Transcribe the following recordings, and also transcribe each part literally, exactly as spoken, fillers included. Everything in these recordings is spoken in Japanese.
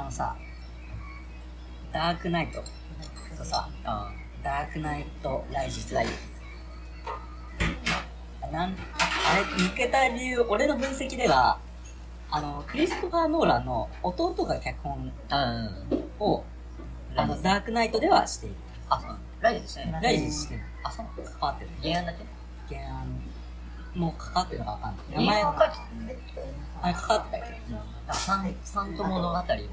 あのさ、ダークナイトとさ、 あダークナイトライジズライなんあれ抜けた理由、俺の分析ではあのクリストファー・ノーランの弟が脚本をあのダークナイトではしている。 あ、そうライジしてるライジしてる。 あ、そう関わってる。 原案だけ原案もう関わってるのかわかんない。名名前前はあれ関わってたっけ？ サンサント物語みたいな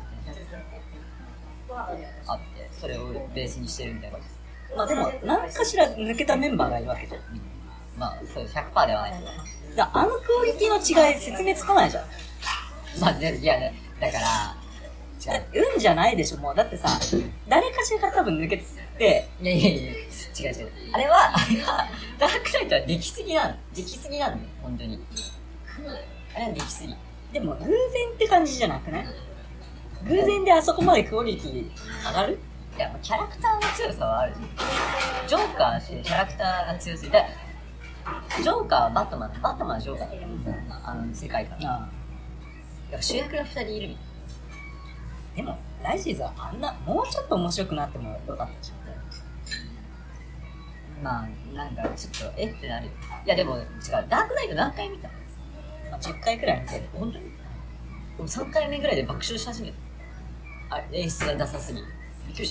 あって、それをベースにしてるみたいな。 まあでも何かしら抜けたメンバーがいるわけじゃん。 まあそう ひゃくパーセント ではない。 だあのクオリティの違い説明つかないじゃん。 まあね、いやね、だから違う運じゃないでしょ。もうだってさ、誰かしらが多分抜けて、 いやいやいや、違う違う。あれは、あれは、ダークナイトはできすぎなの。できすぎなんだよ、本当に。あれはできすぎ。 でも偶然って感じじゃなくない？偶然であそこまでクオリティ上がる？ いや、キャラクターの強さはある。ジョーカーってキャラクターが強すぎて、ジョーカーはバットマン、バットマンはジョーカーだよ。あの世界観。だから主役がふたりいるみたいでも、ライジーズはあんな、もうちょっと面白くなってもよかったじな。まあ、なんかちょっと、えってなる。いや、でも違う。ダークナイト何回見た？ ゃん。まあ、じゅっかいくらい見てる。 本当に俺さんかいめぐらいで爆笑し始めた。あ、演出がダサすぎ。びっくりした。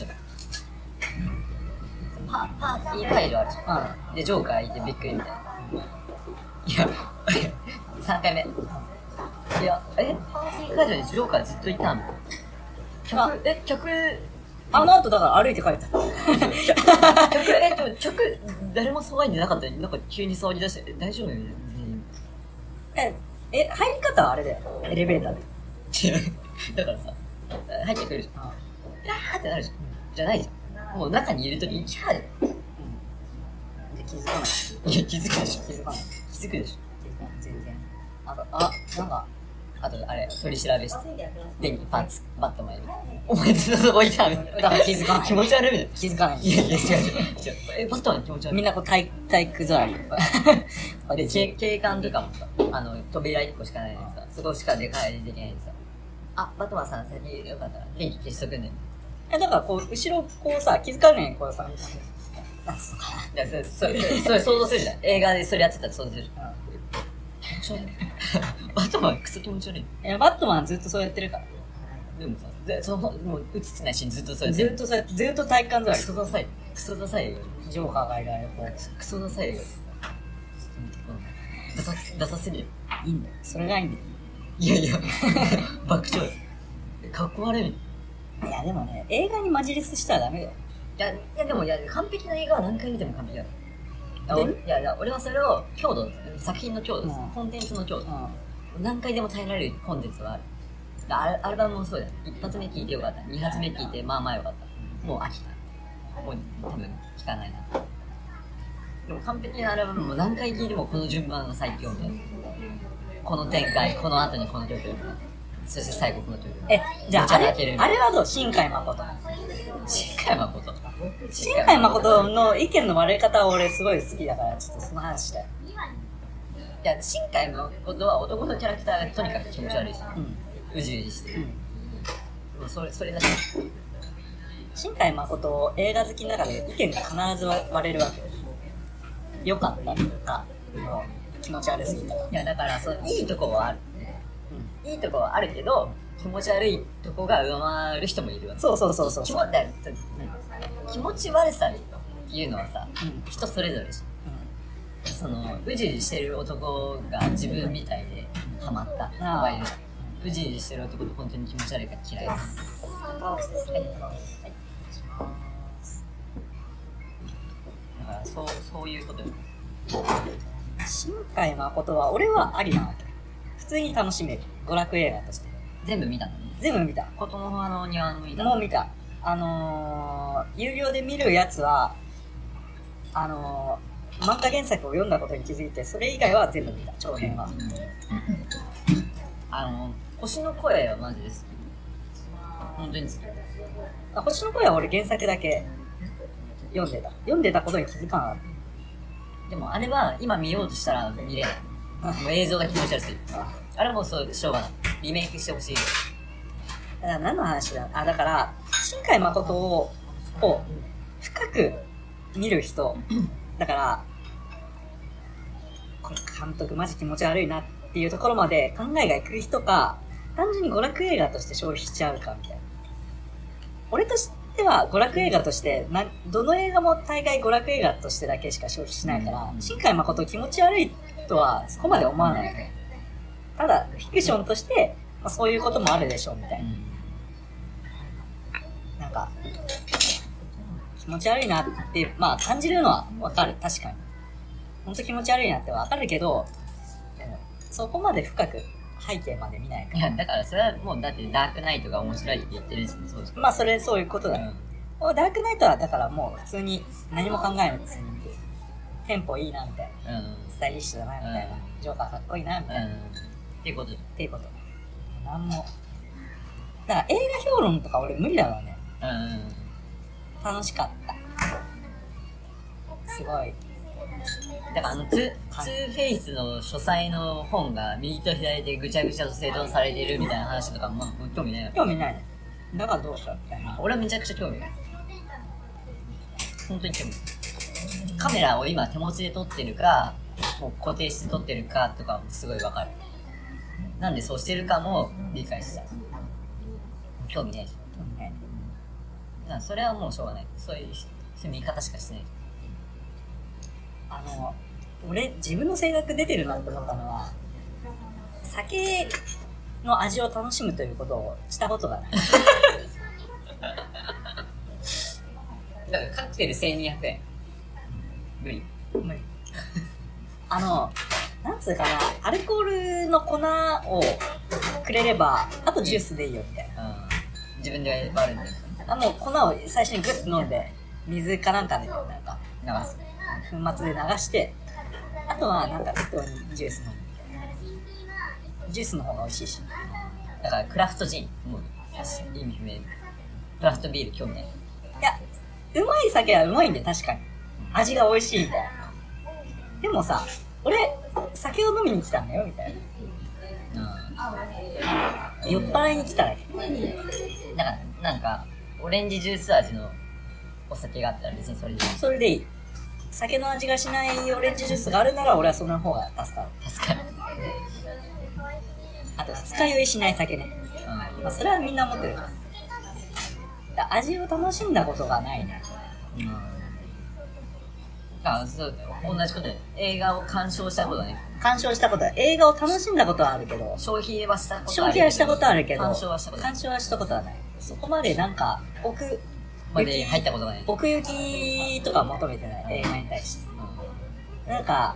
パパーティー会場あるじゃん。で、ジョーカーいてびっくりみたいな。いや、さんかいめ。いや、え、パーティー会場にジョーカーずっといたんだ。客、え、客、 あの後だから歩いて帰った。 客、え、でも客、誰も騒いでなかったのに、なんか急に騒ぎ出して、大丈夫よね、 え、え、入り方はあれだよ。エレベーターで。 だからさ、入ってくるじゃん。あーってなるじゃん。じゃないじゃん。もう中にいるときに、キャーで。 うん。で気づかない。 いや、気づくでしょ。 気づかない。 気づくでしょ。 全然。あと、あ、なんか、 あと、あれ、取り調べして、電気パンツ、バットマンいる。お前ずっとそこいたみたいな。 だから気づかない。 気持ち悪いみたいな。 気づかない。 いやいや、違う違う。違うえ、バットマン気持ち悪い。 みんなこう体、体育座り。 で、警警官とかもさ、あの、扉いっこしかないのにさ、そこしか出帰りできないのにさ、あ、バットマンさん先よかったら電気消しとくんねん。 え、だからこう、後ろこうさ、気づかないようにこうさ、なんつうのかいや、それ、それ、それ想像するじゃん。映画でそれやってたら想像するじゃん。 な。 気持ち悪い。バットマンクソ気持ち悪い。 いや、バットマンずっとそうやってるから。 でもさ、ぜその、もう映ってないシーンずっとそうやってる。 ずっとそうやって、ずっと体育館座り。 クソダサい。クソダサい映画。 ジョーカーがいるあれこう。 クソダサい映画。ダサ、ダサすぎる。 いいんだよ。それがいいんだよ。 いやいや、爆笑。かっこ悪い。いいや、でもね、映画にマジレスしたらダメだよ。 や、いやでも、いや、完璧な映画は何回見ても完璧だよ。いや俺いやいや、俺はそれを強度、作品の強度です、 うん、 コンテンツの強度、 うん。 何回でも耐えられるコンテンツはある。アルアルバムもそうだよ。一発目聞いてよかった。二発目聞いて、まあまあよかった。もう飽きた。もう多分聞かないな。でも完璧なアルバムも何回聞いてもこの順番が最強みたいな。この展開、この後にこの曲。そして最後この曲。 え、じゃあ、あれ、 れあれはどう？新海誠。 新海誠。 新海誠の意見の割れ方は俺すごい好きだから、ちょっとその話したい。 いや、新海誠は男のキャラクターがとにかく気持ち悪いし、 うん。 うじうじしてる。 うん。 もうそれ、それだけ。 新海誠映画好きの中で意見が必ず割れるわけよ。良かったとか、もう気持ち悪すぎた。 いや、だからそう、いいとこはある。いいとこはあるけど、気持ち悪いとこが上回る人もいるわけ。 そうそうそうそう。 気持だ気持ち悪さっていうのはさ、 うん、 人それぞれし、うん、そのうじうじしてる男が自分みたいでハマった子がいる。うじうじしてる男って本当に気持ち悪いから嫌いです。はい、だからそうそういうことよ。 新海誠は俺はありなわけ。普通に楽しめる娯楽映画として。 全部見たの？ 全部見た。 琴の葉の庭の見た。 もう見た。あのー、有料で見るやつはあのー、漫画原作を読んだことに気づいて、それ以外は全部見た。長編は。 あの星の声はマジで好き。本当に好き。 あ、星の声は俺原作だけ読んでた。読んでたことに気づかなかった。 でもあれは今見ようとしたら見れない。もう映像が気持ち悪すぎる。あれもうそうしょうがない。リメイクしてほしい。 だから何の話だあ、だから、新海誠を、を深く見る人、だから、これ監督マジ気持ち悪いなっていうところまで考えがいく人か、単純に娯楽映画として消費しちゃうかみたいな。俺としては娯楽映画としてな、どの映画も大概娯楽映画としてだけしか消費しないから、新海誠気持ち悪いとはそこまで思わない。ただ、フィクションとして、まあ、そういうこともあるでしょうみたいな。なんか、気持ち悪いなって、まあ感じるのはわかる。確かに。ほんと気持ち悪いなってわかるけど、そこまで深く背景まで見ないから。 いや、だからそれはもうだってダークナイトが面白いって言ってるんですよ。そうです。 まあそれ、そういうことだよ。うん、ダークナイトはだからもう普通に何も考えないですよ。テンポいいなみたいな。うん、スタイリッシュだなみたいな。うん、ジョーカーかっこいいなみたいな。うん、っていうことっていうこと。なんも。だから映画評論とか俺無理だろうね。うん。楽しかった。すごい。 だからあのツー、ツーフェイスの書斎の本が右と左でぐちゃぐちゃと整頓されてるみたいな話とか、まあ、興味ないよ。 興味ないね。だからどうしようみたいな。 俺はめちゃくちゃ興味ない。本当に興味ない。カメラを今手持ちで撮ってるか、もう固定して撮ってるかとかもすごいわかる。なんでそうしてるかも理解した。興味ないでしょ。興味ない。だからそれはもうしょうがない。そういう、そういう見方しかしてない。 あの、俺、自分の性格出てるなって思ったのは、酒の味を楽しむということをしたことがない。 だからカクテルせんにひゃくえん。無理。 無理。あの、なんつうかな、アルコールの粉をくれれば、あとジュースでいいよみたいな。 うん、自分で割るんだよ。 あ、もう粉を最初にグッと飲んで、水かなんかでなんか流す。 粉末で流して、あとはなんか適当にジュース飲む。ジュースの方が美味しいし。 だからクラフトジン、もう意味不明。クラフトビール興味ない。いや、うまい酒はうまいんで確かに。味が美味しいみたいな。でもさ、俺、酒を飲みに来たんだよみたいな。うん。酔っ払いに来たら。だからなんかオレンジジュース味のお酒があったら別にそれでいい。 それでいい。酒の味がしないオレンジジュースがあるなら俺はその方が助かる。 助かる。 あと二日酔いしない酒ね。うん、まあ、それはみんな持ってる。だ味を楽しんだことがないね。うん。 あ、そうだよ。同じことで映画を鑑賞したことはね。 鑑賞したことは映画を楽しんだことはあるけど。 消費はしたことはあるけど。 消費はしたことはあるけど。 鑑賞はしたことはない。 鑑賞はしたことはない。そこまでなんか奥まで入ったことがない。 奥行きとか求めてない映画に対して。うん、なんか。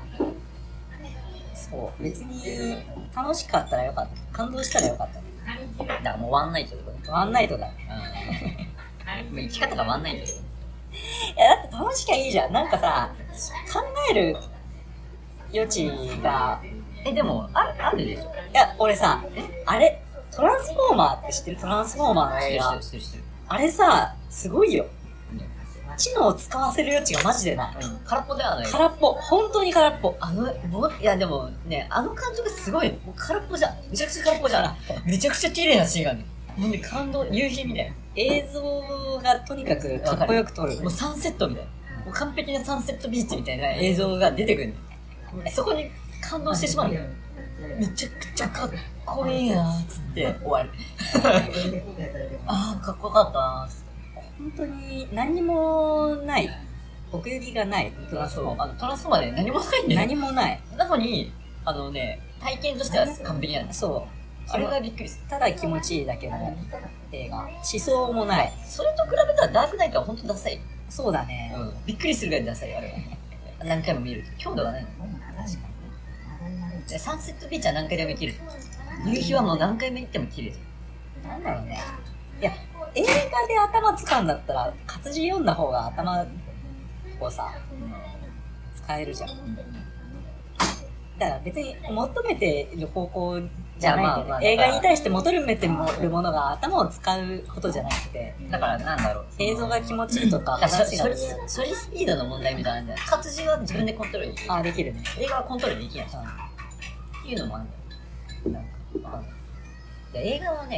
そう別に楽しかったらよかった、感動したらよかった。 だからもうワンナイトってこと。 ワンナイトだ。 うん。生き方がワンナイト。 いやだって楽しきゃいいじゃん。なんかさ考える余地がえでもあるあるでしょ。いや俺さあれトランスフォーマーって知ってる？トランスフォーマーの映画。 知ってる知ってる。 あれさすごいよ。知能を使わせる余地がマジでない。 うん、空っぽではない。 空っぽ。本当に空っぽ。 あの、もいやでもね、あの監督すごい、もう空っぽじゃん。めちゃくちゃ空っぽじゃん。めちゃくちゃ綺麗なシーンがね。もうね、感動、夕日みたいな。 映像がとにかくかっこよく撮る。 もうサンセットみたいな。もう完璧なサンセットビーチみたいな映像が出てくるんだよ。そこに感動してしまうんだよ。めちゃくちゃかっこいいなーっつって終わる。あー、かっこよかったなーっつって。 本当に何にもない奥行きがないトランスフォーマー。あのトランスフォーマーで何もないんだよ。 何もない。 なのにあのね体験としては完璧なんだ。 そう。 あれがびっくりする。 ただ気持ちいいだけの映画。思想もない。 それと比べたらダークナイトは本当ダサい。 そうだね。 うん。びっくりするぐらいダサいあれは。何回も見ると強度がないの。 確かに。サンセットビーチは何回でも行ける。夕日はもう何回も行っても綺麗じゃん。なんだろうね。いや。映画で頭使うんだったら活字読んだ方が頭をさ使えるじゃん。だから別に求めている方向じゃないんだよね。映画に対して求めてるものが頭を使うことじゃなくて、 だからなんだろう、 映像が気持ちいいとか話が処理スピードの問題みたいなんだよ。活字は自分でコントロールできる。 あ、できるね。 映画はコントロールできないし、っていうのもあるんだよ。なんかわかんない。映画はね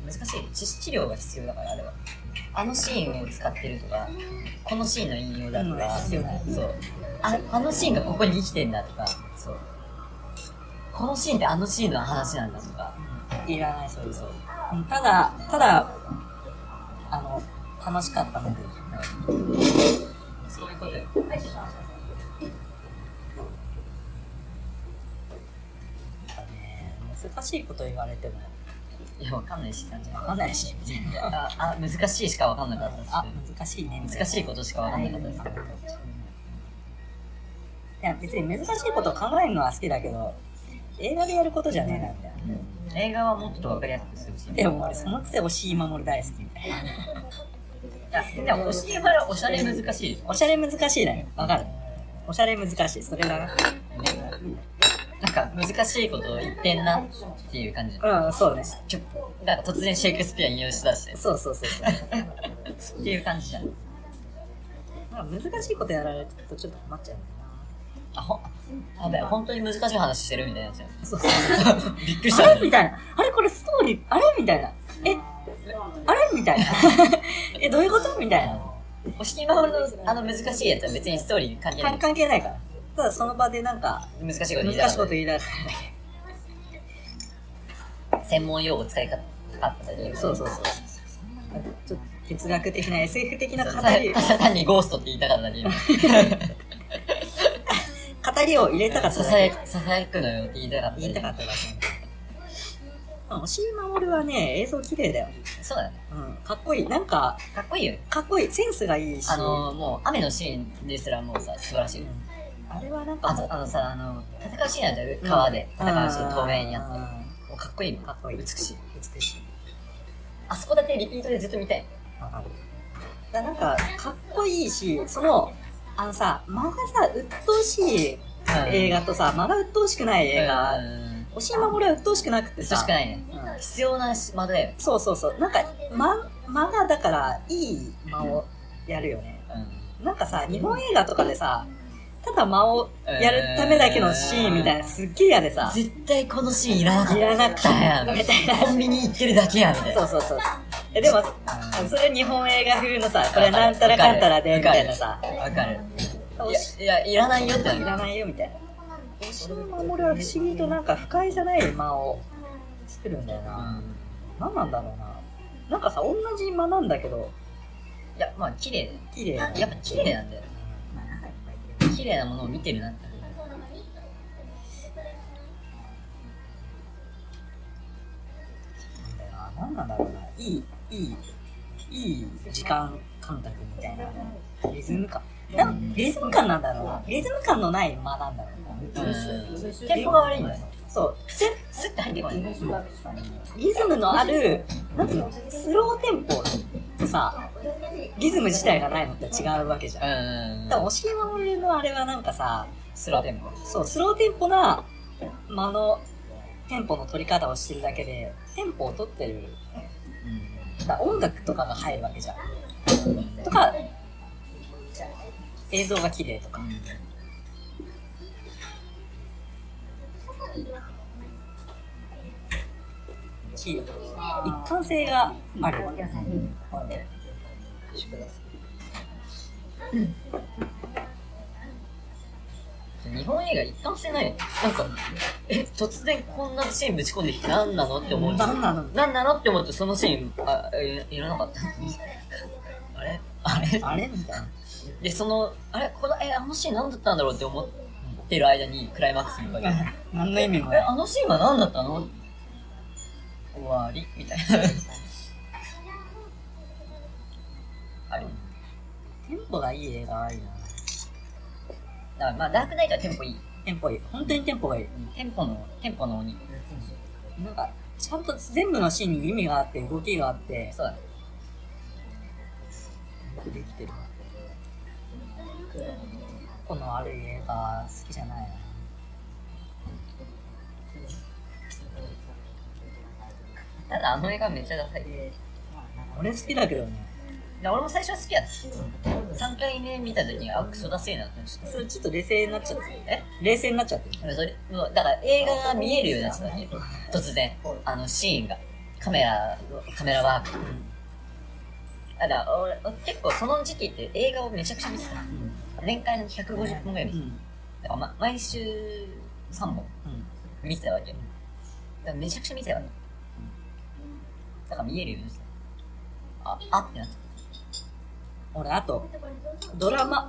難しい。知識量が必要だから、あれは。あのシーンを使ってるとか、このシーンの引用だとか、 必要ない。 そう。あ、あのシーンがここに生きてんだとか、そう。このシーンってあのシーンの話なんだとか。 いらない、そういうそう。ただ、ただ、あの、楽しかったので。 そういうことよ。 難しいこと言われてもいや、わかんないし、 わかんないしああ、難しいしかわかんなかったです。 あ、難しいね。 難しいことしかわかんなかったです。 いや、別に難しいことを考えるのは好きだけど、映画でやることじゃねえなみたいな、うん、映画はもっとわかりやすくするし。 でも俺そのくせ押井守大好きみたいな。 いや、でも押井守はおしゃれ難しい。 おしゃれ難しいね。わかる。おしゃれ難しい。それだな。 なんか難しいことを言ってんなっていう感じ。 うん、そうね。 ちょなんか突然シェイクスピア引用しだして。 そうそうそうそう。 っていう感じじゃん。 なんか難しいことやられるとちょっと困っちゃうんだよな。あ、ほ、あべ、本当に難しい話してるみたいなやつやん。 そうそうそう。 びっくりした。 あれみたいな。あれこれストーリー、あれみたいな。え、あれみたいな。え、どういうことみたいな。 押井守のあの難しいやつは別にストーリーに関係ない。 関係ないから。ただその場でなんか難しいこと言い難しいこと言いながら専門用語使いかったり、 そうそうそう。ちょっと哲学的な エスエフ 的な語り、 ただ単にゴーストって言いたかったり、語りを入れたかっただけ。 ささやくのよって言いたかった。 言いたかっただけ。押井守はね、映像綺麗だよ。 そうだね。 うん、かっこいい。なんかかっこいいよ。 かっこいい。センスがいいし。 あのー、もう雨のシーンですらもうさ素晴らしい。 あれはなんかあとあのさあの戦うシーンなんじゃん、川で戦うシーン透明にあって、もうかっこいい、 かっこいい、 美しい美しい。 あそこだけリピートでずっと見たい。 わかる。だなんかかっこいいし、そのあのさ間がさ鬱陶しい映画とさ、間が鬱陶しくない映画。押井守は鬱陶しくなくてさ。 鬱陶しくないね。うん、必要な間だよ。 そうそうそう。なんか間間がだからいい間をやるよね。うん、なんかさ日本映画とかでさ。ただ間をやるためだけのシーンみたいな、すっげえ嫌でさ。 絶対このシーンいらなかった。 いらなかったやん。みたいな。 コンビニ行ってるだけやん。みたいな。 そうそうそう。え、でも、それ日本映画風のさ、これなんたらかんたらで、みたいなさ。 わかる。いや、いや、いらないよって。 いらないよ、みたいな。押井守は不思議となんか不快じゃない間を作るんだよな。うん、何なんだろうな。なんかさ、同じ間なんだけど。 いや、まあ、綺麗。 綺麗。 やっぱ綺麗なんだよ。綺麗なものを見てるなって。 なんなんだろうな。いい、いい、いい時間感覚みたいな。リズム感。多分リズム感なんだろうな。リズム感のない間なんだろうな。 テンポが悪いんだよ。 そう。 スッ、スッって入ってこない。 リズムのある、なんていうの、スローテンポとさ、リズム自体がないのって違うわけじゃん。うん。だから押井守のあれはなんかさ、 スローテンポ。 そう、スローテンポな間のテンポの取り方をしてるだけで、テンポを取ってる。うん。だから音楽とかが入るわけじゃん。とか、映像が綺麗とか。うん、一貫性がある。 日本映画一貫性ない。なんか、え、突然こんなシーンぶち込んできて何なのって思う。 何なの何なのって思うとそのシーン、あ、いらなかった。あれあれあれみたいな。 で、その、あれこの、え、あのシーン何だったんだろうって思ってる間にクライマックスに向かって。 何の意味もない。 え、あのシーンは何だったの終わりみたいな。あれテンポがいい映画はいいな。 だからまあダークナイトはテンポいい。 テンポいい。本当にテンポがいい。 テンポの、テンポの鬼。 なんか、ちゃんと全部のシーンに意味があって、動きがあって。 そうだね。 よくできてる。この悪い映画好きじゃないな。 ただあの映画めっちゃダサい。 俺好きだけどね。 俺も最初は好きだった。さんかいめ見た時にあクソダセーなって思って。 それちょっと冷静になっちゃって。 え冷静になっちゃって。 それだから映画が見えるようになっちゃったわけ。突然あのシーンがカメラ、カメラワーク。あ、だから俺、俺結構その時期って映画をめちゃくちゃ見てた。うん、年間のひゃくごじゅっぽんぐらい見てた。うん、だから、ま、毎週さんぼん見てたわけ。だからめちゃくちゃ見てたわけ。だから見えるようにしてた。あ、あってなっちゃった。 俺、あと、ドラマ、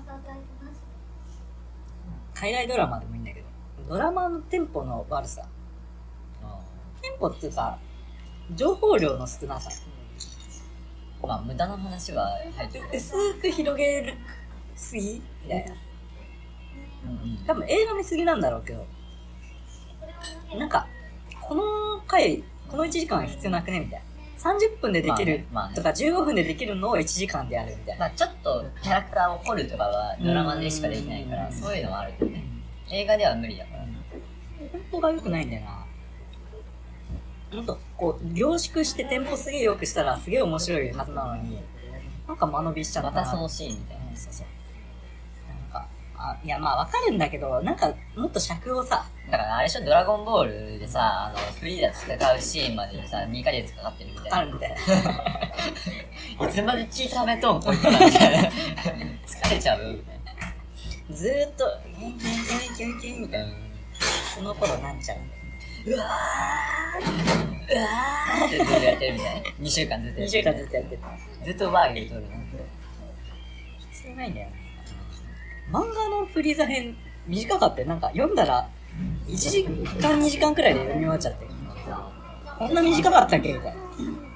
海外ドラマでもいいんだけど、ドラマのテンポの悪さ。テンポっていうか、情報量の少なさ。 まあ、無駄な話は入ってる。 薄く広げるすぎみたいな。うんうん、多分映画見すぎなんだろうけど、なんか、この回、このいちじかんは必要なくねみたいな。さんじゅっぷんでできるとかじゅうごふんでできるのをいちじかんでやるみたいな。 まあ、ちょっとキャラクターを掘るとかはドラマでしかできないから、そういうのはあるけどね。映画では無理だから。 テンポが良くないんだよな。もっとこう凝縮してテンポすげえ良くしたらすげえ面白いはずなのに、なんか間延びしちゃったな。 またそのシーンみたいな。 うん、そうそう。なんか、あ、いやまあわかるんだけど、なんかもっと尺をさ。 だからあれでしょ、ドラゴンボールでさ、あの、フリーダと戦うシーンまでにさ、にかげつかかってるみたいな。 あるみたいな。いつまで血溜めとんこいつなみたいな。疲れちゃうみたいな。 ずーっと、キュンキュンキュンキュンキュンみたいな。その頃なんちゃう。 うわーうわーってずっとやってるみたいな。にしゅうかんずっとやってる。 にしゅうかんずっとやってる。 ずっとバーゲン取るの。 必要ないんだよな。漫画のフリーザ編短かったよ。なんか読んだらいちじかんにじかんくらいで読み終わっちゃって。こんな短かったっけみたいな。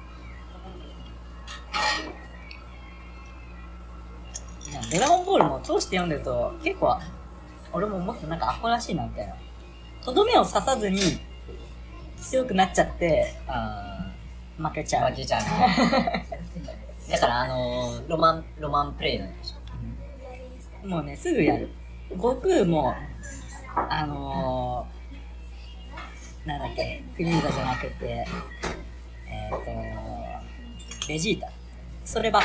ドラゴンボールも通して読んでると結構俺ももっとなんかアホらしいなみたいな。とどめを刺さずに強くなっちゃってあ負けちゃう。 負けちゃう。だからあのー、ロマンロマンプレイなんでしょ。もうねすぐやる。悟空もあのー、なんだっけフリーザじゃなくてえっ、ー、とベジータそればっか。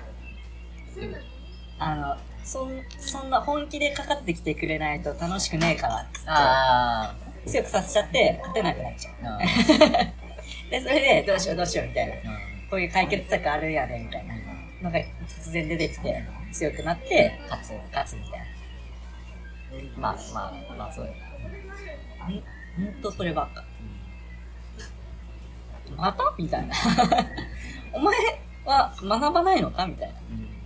あのそんそんな本気でかかってきてくれないと楽しくねえからっつってあ強くさせちゃって勝てなくなっちゃう。でそれでどうしようどうしようみたいな、こういう解決策あるやねみたいなのが突然出てきて強くなって勝つ勝つみたいな。 まあまあまあそうだよ。 ほんとそればっか。またみたいな。お前は学ばないのかみたいな。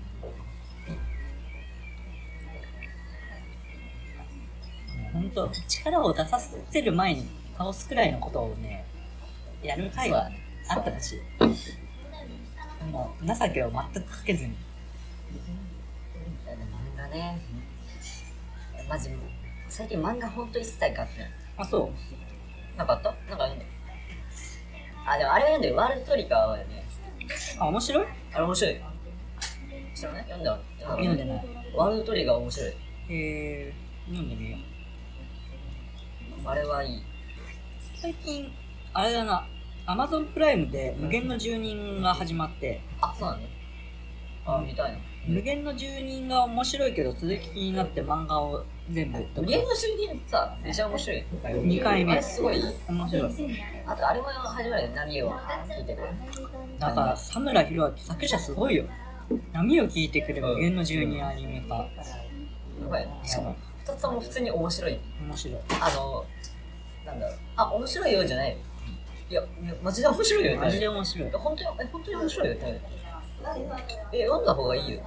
本当力を出させる前に倒すくらいのことをねやる回はあったし、もう情けを全くかけずに。 漫画ね、マジ最近漫画ほんと一切買ってない。 あ、そうなんかあった？なんか読んだ。あ、でもあれは読んでる。ワールドトリガーはね。 あ、面白い？ あれ面白い。知らない？読んだ？ 読んでない。 ワールドトリガー面白い。 へー、読んでみよう。 あれはいい。 最近あれだな、アマゾンプライムで無限の住人が始まって。 あ、そうなの？あ、見たいな。 無限の住人が面白いけど続き気になって漫画を全部。 無限の住人さ、めちゃ面白い。 にかいめ。 あれすごい面白い。 あとあれも始まるよ、波を聞いてくれ。 だから佐村弘明作者すごいよ。波を聞いてくれ無限の住人アニメ化。やばい。しかもふたつとも普通に面白い。 面白い。 あの、なんだろう。あ、面白いよじゃないよ。いや、マジで面白いよ。 マジで面白い。 本当に、え、本当に面白いよって。え、読んだ方がいいよって。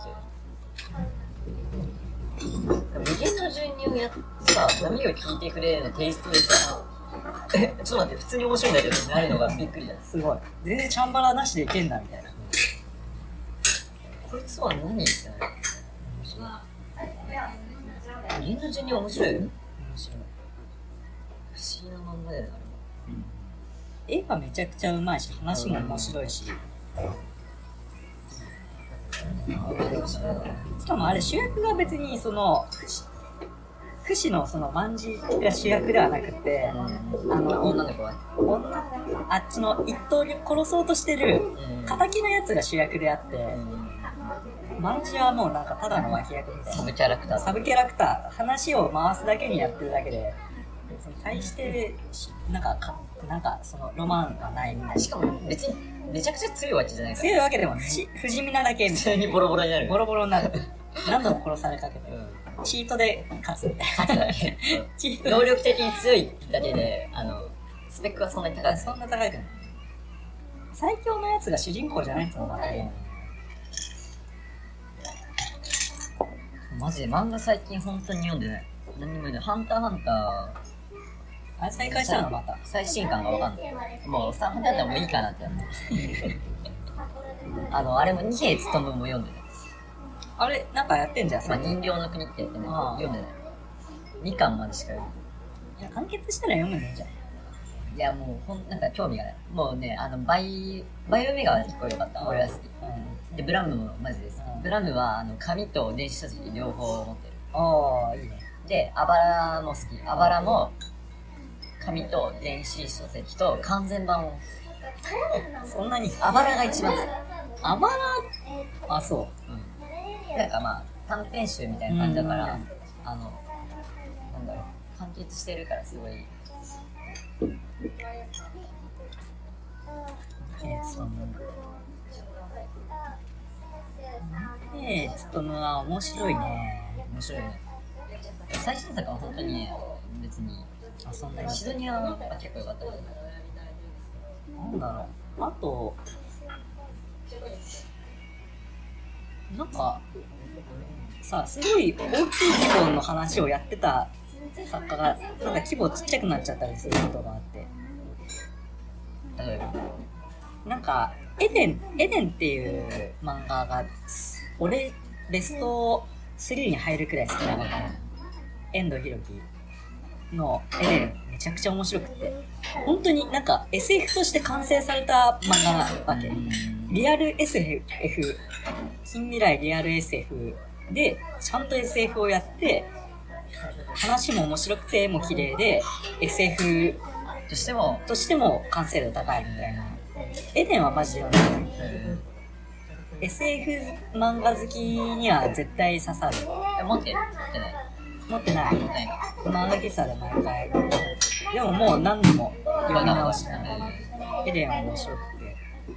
無限の住人をやってさ、波を聞いてくれのテイストでさ、え、ちょっと待って、普通に面白いんだけどってなるのがびっくりじゃん。 すごい。全然チャンバラなしでいけんなみたいな。 こいつは何ってなる。無限の住人面白いよ。面白い。不思議な漫画だよね、あれも。 絵がめちゃくちゃうまいし、話も面白いし。しかもあれ主役が別にその不死のその万事が主役ではなくて、 うん、あの女の子は女あっちの一頭に殺そうとしてる敵のやつが主役であって、万事はもうなんかただの脇役みたいなサブキャラクターサブキャラクター話を回すだけにやってるだけで、その対してなんかなんかそのロマンがないみたいな。 しかも別にめちゃくちゃ強いわけじゃないから。 強いわけでもないし、不死身なだけみ普たい通にボロボロになる。 な。ボロボロになる。何度も殺されかけて、 うん、 チートで勝つみたい勝つだけ。 な。チート能力的に強いだけで、あの、スペックはそんなに高くない。 そんな高いくない。最強のやつが主人公じゃないっつうのがいいね。 マジで漫画最近本当に読んでない。何にも読んでない。ハンターハンタあれ再開したのまた。 ー、最新刊がわかんない。もう、ハンターハンターもういいかなってなってあの、あれも二平勉も読んでない。 あれ、なんかやってんじゃん、 まあ、 さ。 人形の国ってやってね、 ああ読んでない。にかんまでしか読んでいや、完結したら読むんじゃん。 ない。いや、もう、ほん、なんか興味がない。もうね、あの、バイ、バイオメガは結構良かった。俺は好き。 うん。 で、ブラムもマジです。 うんブラムは、あの、紙と電子書籍両方持ってる。 ああ、いいね。 で、あばらも好き。あばらも、紙と電子書籍と完全版を。 そんなに。 あばらが一番好き。 あばら、あ、そう。 うん。なんかまあ、短編集みたいな感じだから、 うんあの、なんだろう、完結してるからすごい。 えー、その、えー、ちょっとまあ面白いね。 面白いね。最新作は本当にね、別に、 あ、そんなに。 シドニアは結構良かったけど。 なんだろう。あと、なんか、さ、すごい大きい規模の話をやってた作家が、なんか規模ちっちゃくなっちゃったりすることがあって。 例えば。 なんか、エデン、エデンっていう漫画が、俺、ベストスリーに入るくらい好きなのが、遠藤博樹のエデン、めちゃくちゃ面白くて、本当になんか エスエフ として完成された漫画なわけ。リアル エスエフ、近未来リアル エスエフ で、ちゃんと エスエフ をやって、話も面白くて、絵も綺麗で、エスエフとしても、 としても完成度高いみたいな。エデンはマジで読んでる。エスエフ 漫画好きには絶対刺さる。 え持ってる持ってない持ってない。 持ってないの漫画喫茶で毎回。でももう何度も読み直した。エデンは面白くて。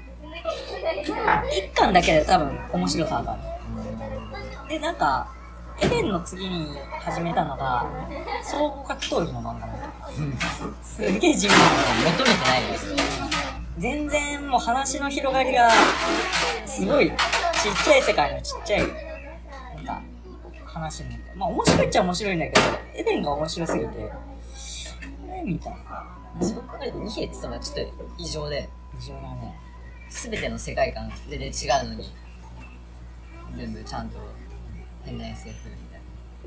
一巻だけで多分面白さがある。で、なんか、エデンの次に始めたのが、総合格闘技の漫画なの。すげえ地味なの。 求めてないです全然もう話の広がりがすごいちっちゃい世界のちっちゃいなんか話になって、まあ面白いっちゃ面白いんだけど、エデンが面白すぎてえみたいな。 そう考えると二平って言ったのはちょっと異常で、 異常だね。 全ての世界観全然違うのに全部ちゃんと変な エスエフ みたい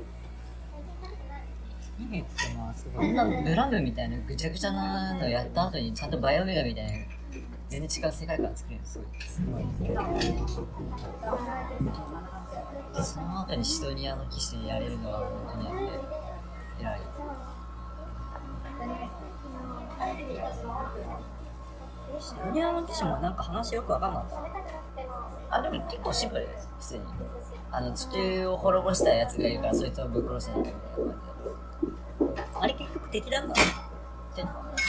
な。 イメってのはすごい。 こんなブラムみたいなぐちゃぐちゃなのやった後にちゃんとバイオメガみたいな全然違う世界観作れるのすごい。 すごい。 でその後にシドニアの騎士でやれるのは本当にやって偉い。 シドニアの騎士もなんか話よくわかんなかった。 あ、でも結構シンプルです、普通に。あの、地球を滅ぼしたやつがいるから、そいつをぶっ殺しなきゃみたいな感じだ。 あれ結局敵だったの？ で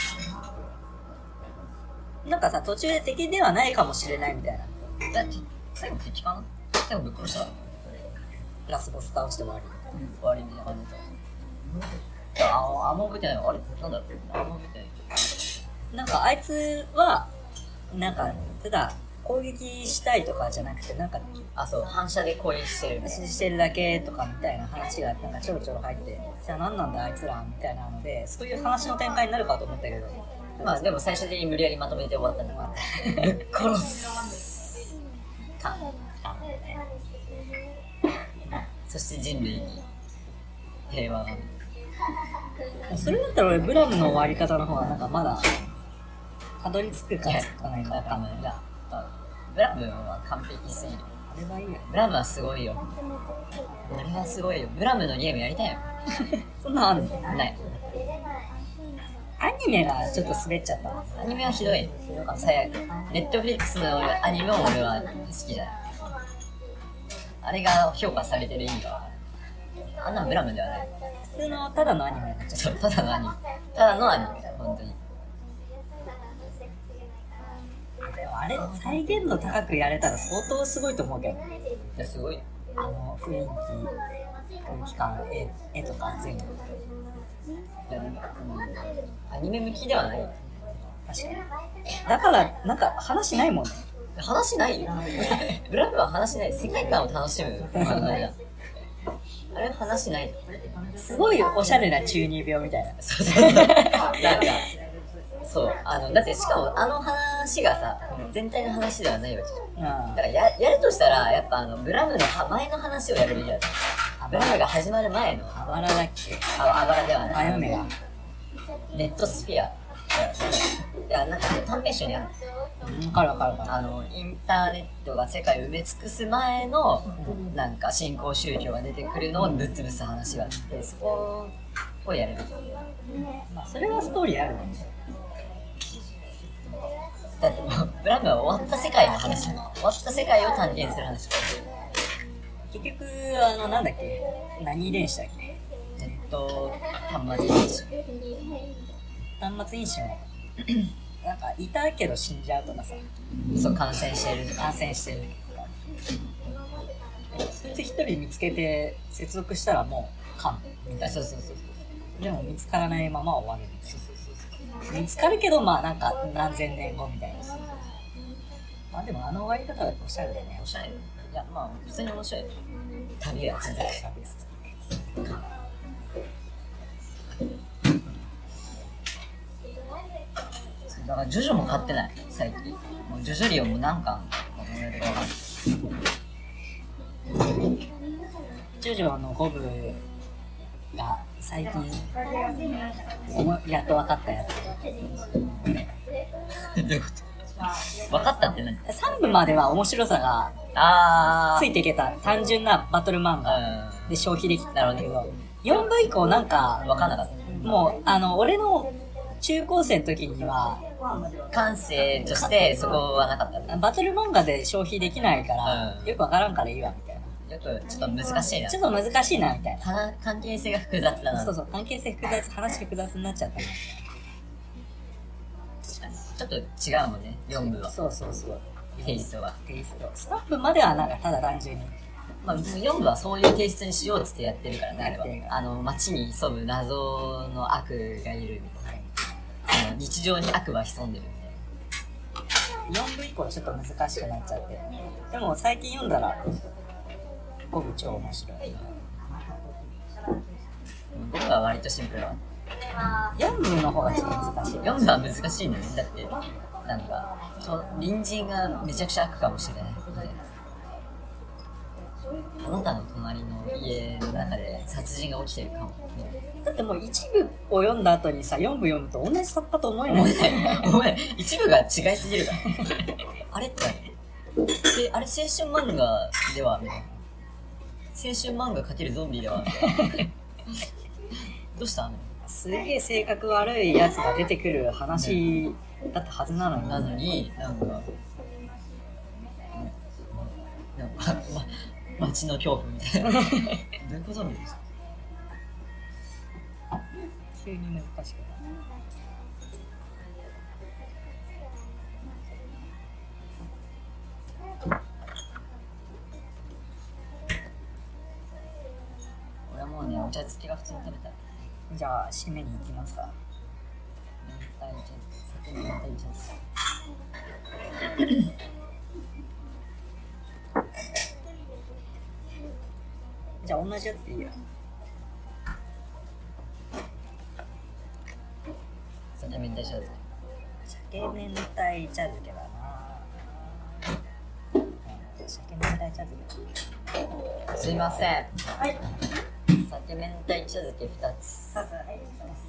なんかさ、途中で敵ではないかもしれないみたいな。 だって、最後敵かな最後ぶっ殺したら、 ラスボス倒して終わり。 うん、終わりみたいな感じだった。あ、あんま覚えてないのあれなんだろうあんま覚えてない。 なんかあいつは、なんか、ただ、攻撃したいとかじゃなくて、なんか、 あ、そう、反射で攻撃してるみたいな。 してるだけとかみたいな話がなんかちょろちょろ入って、じゃあ何なんだあいつらみたいなので、そういう話の展開になるかと思ったけど、 まあでも最終的に無理やりまとめて終わったのが、ぶっ殺すか、かね。そして人類に平和が。 それだったら俺ブラムの終わり方の方がなんかまだたどり着くかつかないかわかんない。 いや、ブラムは完璧すぎる。 あれはいいよ。 ブラムはすごいよ。あれはすごいよ。ブラムのゲームやりたいよ。 そんなのあんの？ ない。 アニメがちょっと滑っちゃったの。 アニメはひどい。最悪。ネットフリックスのアニメも俺は好きじゃない。あれが評価されてる意味がわからない。あんなブラムではない。 普通のただのアニメになっちゃそう、ただのアニメ。ただのアニメだ、本当に。 れ再現度高くやれたら相当すごいと思うけど。 いやすごい。 あの雰囲気、空気感、絵、絵とか全部。 いやなんか、うん、アニメ向きではない。 確かに。だからなんか話ないもんね。 話ないよ。ブラックは話ない。世界観を楽しむ漫画じゃん。あれは話ない。 すごいおしゃれな中二病みたいな。 そうそうそう。なんか、そう。あの、だってしかもあの話がさ、全体の話ではないわけじゃん。だからや、やるとしたら、やっぱあの、ブラムの前の話をやるべきだった。ブラムが始まる前の。 あばらだっけ？ あ、あばらではない。 あやめが。 ネットスフィア。いや、なんか短編集にある。 わかるわかるわかる。 あの、インターネットが世界を埋め尽くす前の、なんか新興宗教が出てくるのをぶっ潰す話があって、そこをやるべき。 まあ、それはストーリーあるもんね。 だってもう、ブラムは終わった世界の話。終わった世界を探検する話。 結局、あの、なんだっけ、何遺伝子だっけ、 えっと、端末遺伝子。 端末因子も、なんか、いたけど死んじゃうとかさ。 そう、感染してる。 感染してるとか。そいつ一人見つけて接続したらもう、完みたいな。 そうそうそうそう。 でも見つからないまま終わるみたいな。 そうそうそうそう。 見つかるけど、まあなんか何千年後みたいな。まあでもあの終わり方がおしゃれだね。 おしゃれ。いや、まあ普通に面白い。旅は続く。だからジョジョも買ってない最近。もうジョジョリオも何巻まとめるか分かんない。 ジョジョのゴブが最近おもやっと分かったやつ。 どういうこと分かったって何？ さんぶまでは面白さがあーついていけた単純なバトル漫画で消費できたんだけど、よんぶ以降なんか分かんなかった。 もうあの俺の中高生の時には感性としてそこはなかった。 バトル漫画で消費できないから、 うんよくわからんからいいわみたいな。 よくちょっと難しいな。 ちょっと難しいなみたいな。 は関係性が複雑だな。 そうそう、関係性複雑、話複雑になっちゃったな。 確かにちょっと違うもんね、よんぶは。 そうそうそう。 テイストが。 テイスト。スタッフまではなんかただ単純に。 まあ、よんぶはそういうテイストにしようっつってやってるからね、あれやってるは。あの、街に潜む謎の悪がいるみたいな。あの日常に悪は潜んでるみたいな。 よんぶ以降ちょっと難しくなっちゃって。でも最近読んだら、ゴブ超面白い。 僕は割とシンプルだ。 よんぶの方がちょっと難しい。 よんぶは難しいんだよね。だって、なんか、隣人がめちゃくちゃ悪かもしれないみたいな。あなたの隣の家の中で殺人が起きてるかも。 だってもう一部を読んだ後にさ、よんぶ読むと同じ作家と思えない。 思えない。思えない。一部が違いすぎるから。あれって何？え、あれ青春漫画ではみたいな。青春漫画×ゾンビではみたいな。どうしたの？ すげえ性格悪いやつが出てくる話だったはずなのに。 なのに、なんか、なんか、ま、街の恐怖みたいな。どういうことなんですか？ 急に難しくなる。 俺はもうね、お茶漬けが普通に食べたい。 じゃあ締めに行きますか。 明太茶、酒の明太茶。 じゃあ同じやつでいいよ。 酒明太茶漬け。 鮭明太茶漬けだな。鮭明太茶漬け。 すいません。 はい。 酒明太茶漬けふたつ。 さすがはい。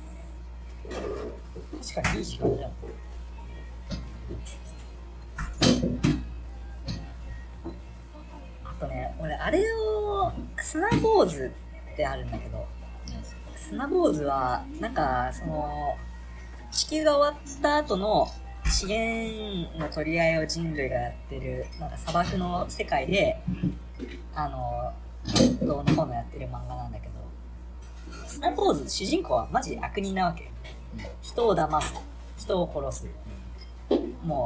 確かにいい時間じゃん。あとね、俺あれを砂坊主ってあるんだけど、砂坊主はなんかその地球が終わった後の資源の取り合いを人類がやってるなんか砂漠の世界であのどうのこうのやってる漫画なんだけど、砂坊主主人公はマジで悪人なわけ。人を騙す、人を殺す、もう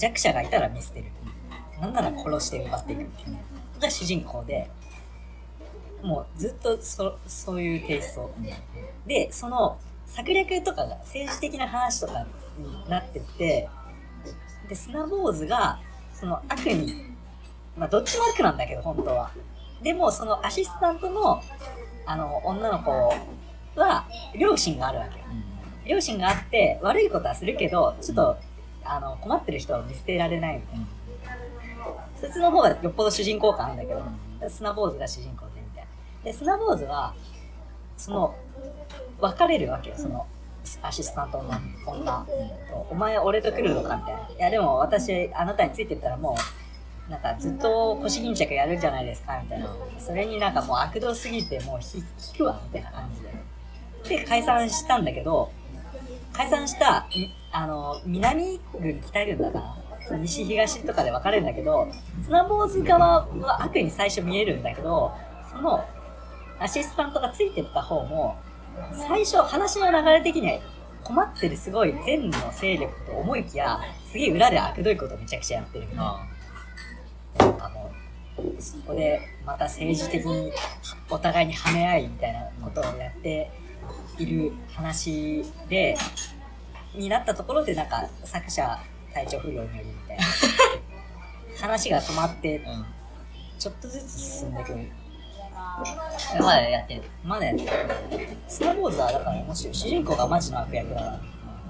弱者がいたら見捨てる。なんなら殺して奪っていくみたいなのが主人公で、もうずっとそそういうテイストで、その策略とかが政治的な話とかになってって、で砂坊主がその悪に、まあどっちも悪なんだけど本当は。でもそのアシスタントのあの女の子は良心があるわけよ。良心があって悪いことはするけど、ちょっとあの困ってる人を見捨てられないみたいな。そいつの方がよっぽど主人公感あるんだけど、砂坊主が主人公でみたいな。で砂坊主はその別れるわけよ、そのアシスタントの女と。お前俺と来るのかみたいな。いやでも私あなたについてったらもうなんかずっと腰巾着やるんじゃないですかみたいな。それになんかもう悪道すぎてもう引くわみたいな感じで。で解散したんだけど、解散したあの南軍北軍だから西東とかで分かれるんだけど、砂坊主側は悪に最初見えるんだけど、そのアシスタントがついてった方も最初話の流れ的には困ってるすごい善の勢力と思いきや、すげえ裏で悪どいことめちゃくちゃやってるみたいな。なんかもうそこでまた政治的にお互いに跳ね合いみたいなことをやっている話でになったところで、なんか作者体調不良によりみたいな話が止まってちょっとずつ進んでくる。 まだやってる。 まだやってる。スノーボーズはだからもし主人公がマジの悪役だから。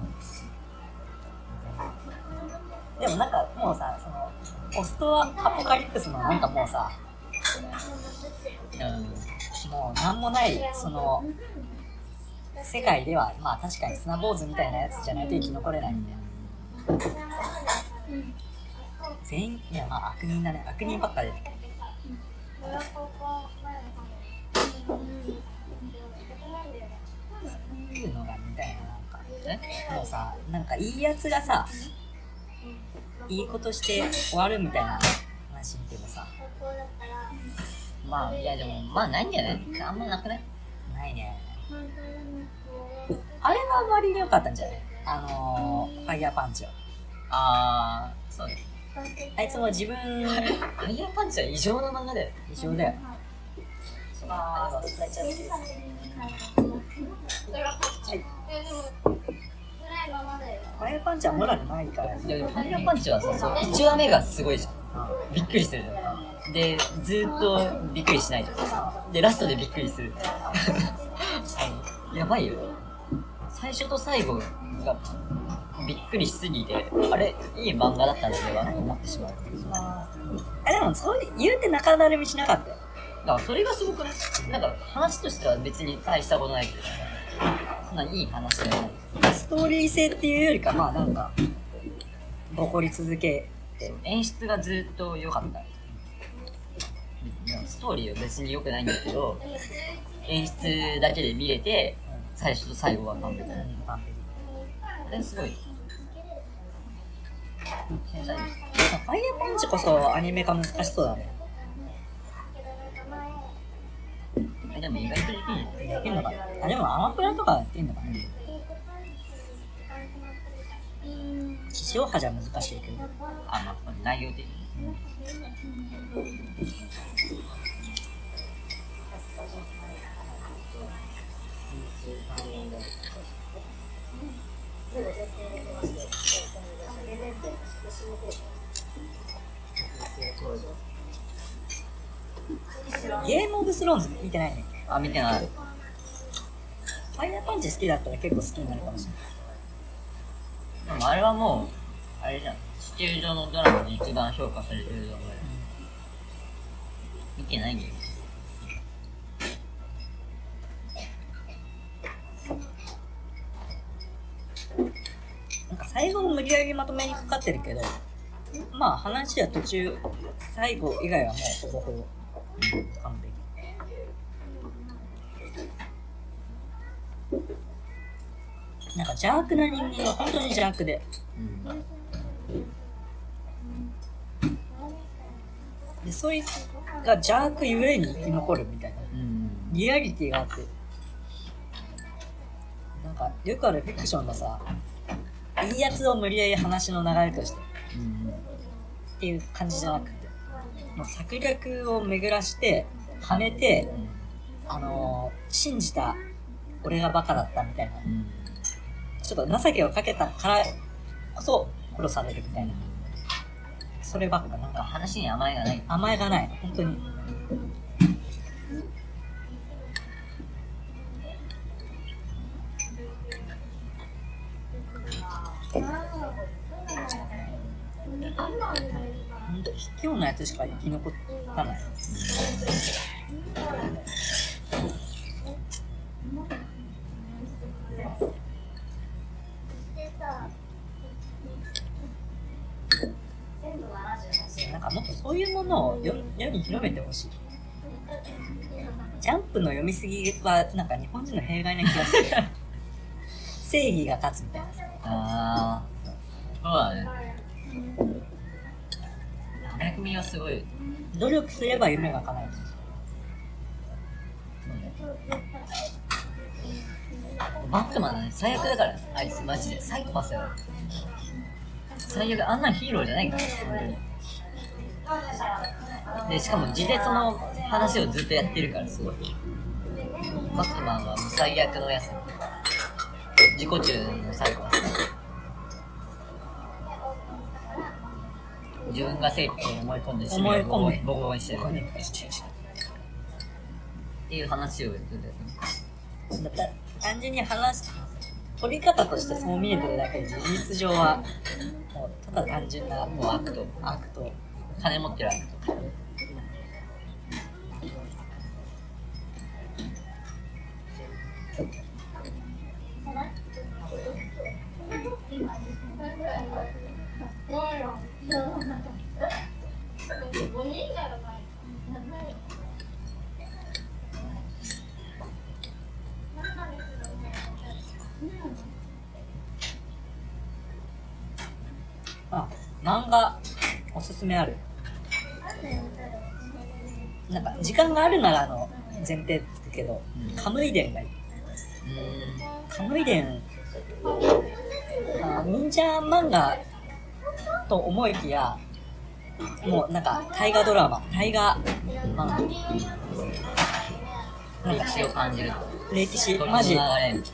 でもなんかもうさ、そのポストアポカリプスのなんかもうさ、うん、もうなんもないその世界では、まあ確かに砂坊主みたいなやつじゃないと生き残れないみたいな。全員、いやまあ悪人だね、悪人ばっかで。いうのがみたいな、なんかえもうさ、なんかいいやつがさ、いいことして終わるみたいな話見てもさ、 まあいやでもまあないんじゃない？あんまなくない？ ないね。あれは割に良かったんじゃない？あのー、ファイヤーパンチは。 あー、そうね。 あいつも自分ファイヤーパンチは異常な漫画だよ。 異常だよ。あー、忘れちゃってる。はい。ファイヤーパンチはモラルないから。 いやでもファイヤーパンチはさ、そういちわめがすごいじゃん。びっくりするじゃん。で、ずーっとびっくりしないじゃん。で、ラストでびっくりする。あのやばいよ。最初と最後がびっくりしすぎて、あれ、いい漫画だったのではと思ってしまう。 あでもそう言うて中だるみしなかったよ。 だからそれがすごくない？なんか話としては別に大したことないけど、そんないい話じゃない。 ストーリー性っていうよりか、まあなんかボコり続けて演出がずっと良かった。ストーリーは別に良くないんだけど、演出だけで見れて、最初と最後は完璧。 完璧。 あれすごい。天才です。 ファイヤーパンチこそアニメ化難しそうだね。 え、でも意外とできる。 できるのかな。あ、でもアマプラとかやってんのかな。地上波じゃ難しいけど。 あ、まあ、内容的に。 ゲームオブスローンズ見てないね。 あ、見てない。 ファイヤーパンチ好きだったら結構好きになるかもしれない。でもあれはもう、あれじゃん。地球上のドラマで一番評価されてるドラマで。見てないんだよ。 なんか最後無理やりまとめにかかってるけど、まあ話は途中、最後以外はもうほぼほぼ完璧。なんか邪悪な人間は本当に邪悪で、うん、でそいつが邪悪ゆえに生き残るみたいな、うん、リアリティがあって、なんかよくあるフィクションのさ、いいやつを無理やり話の流れとして、うん、 っていう感じじゃなくて、もう策略を巡らしてはめて、あのー、信じた俺がバカだったみたいな、うん、ちょっと情けをかけたからこそ殺されるみたいな、そればっかなんか話に甘えがない甘えがない本当に。本当卑怯なやつしか生き残ったない。なんかもっとそういうものを世に広めてほしい。ジャンプの読みすぎはなんか日本人の弊害な気がする。正義が勝つみたいな。 ああ、そうだね。早組はすごい。 努力すれば夢が叶う。 バットマンはね、最悪だから、あいつマジでサイコパスやろ。最悪、あんなヒーローじゃないから本当に。でしかも自鉄の話をずっとやってるからすごい。バットマンはもう最悪のやつ。自己中のサイコパス。自分が正義を思い込んで思い込んでボコボコにしてるっていう話をずっとやってる。 だったら単純に話取り方としてそう見えてるだけで事実上はもうただ単純なもう悪と悪と金持ってる悪と。 あ、漫画おすすめある。なんか時間があるならあの前提つくけど、うん、カムイ伝がいい。カムイ伝あ忍者漫画と思いきやもうなんか大河ドラマ大河漫画歴史を感じる。 歴史マジ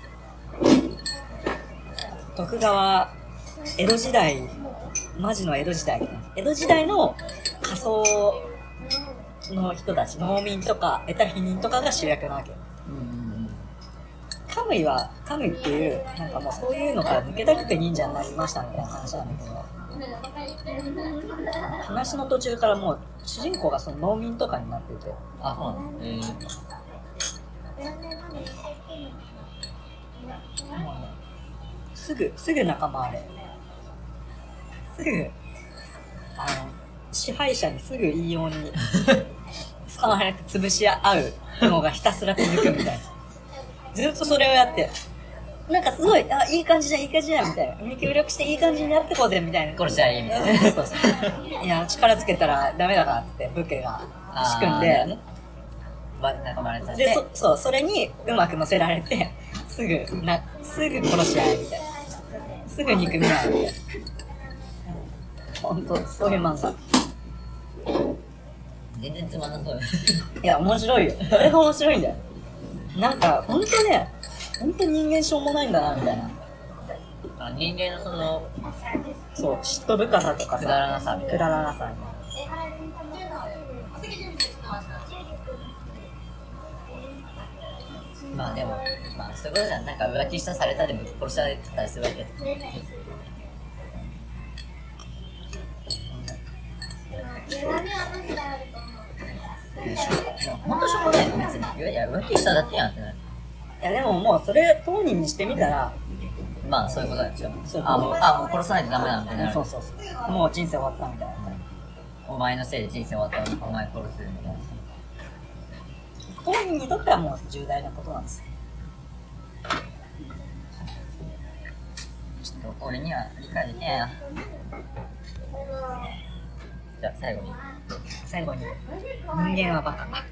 徳川江戸時代マジの江戸時代江戸時代の仮想の人たち農民とか得た否人とかが主役なわけ。カムイはカムイっていうなんかもうそういうのから抜けたくて忍者になりましたみたいな話なんだけど、話の途中からもう主人公がその農民とかになってて、 あ、そうなの、えー、もうね、すぐすぐ仲間あれすぐあの支配者にすぐ言いように捕まえて潰し合うのがひたすら続くみたいな。ずっとそれをやってなんかすごいあいい感じじゃんいい感じじゃんみたいな、みんな協力していい感じにやってこうぜみたいな、 殺しゃいいみたいな。そうそうそういや力つけたらダメだからって武家が仕組んで、ね、 仲間させてで そ, そうそれにうまく乗せられてすぐなすぐ殺し合いみたいな、すぐ憎み合いみたいな、ほんとそういう漫画全然つまんなそういや面白いよ、それが面白いんだよ。なんかほんとね、ほんと人間しょうもないんだなみたいな。 あ、人間のそのそう嫉妬深さとかさ、 くだらなさみたいな、 くだらなさまあでもまあそういうことじゃん。なんか浮気したされたでも殺されたりするわけ。本当しょうもないの別に。いや浮気しただけやんってなる。 いやでももうそれ当人にしてみたらまあそういうことなんですよ。 そうあもうあもう殺さないとダメなんだね。 そうそうそう。もう人生終わったみたいな。 お前のせいで人生終わったのにお前殺すみたいな。 当人にとってはもう重大なことなんですよ。 ちょっと俺には理解できないな。じゃあ最後に最後に人間はバカ。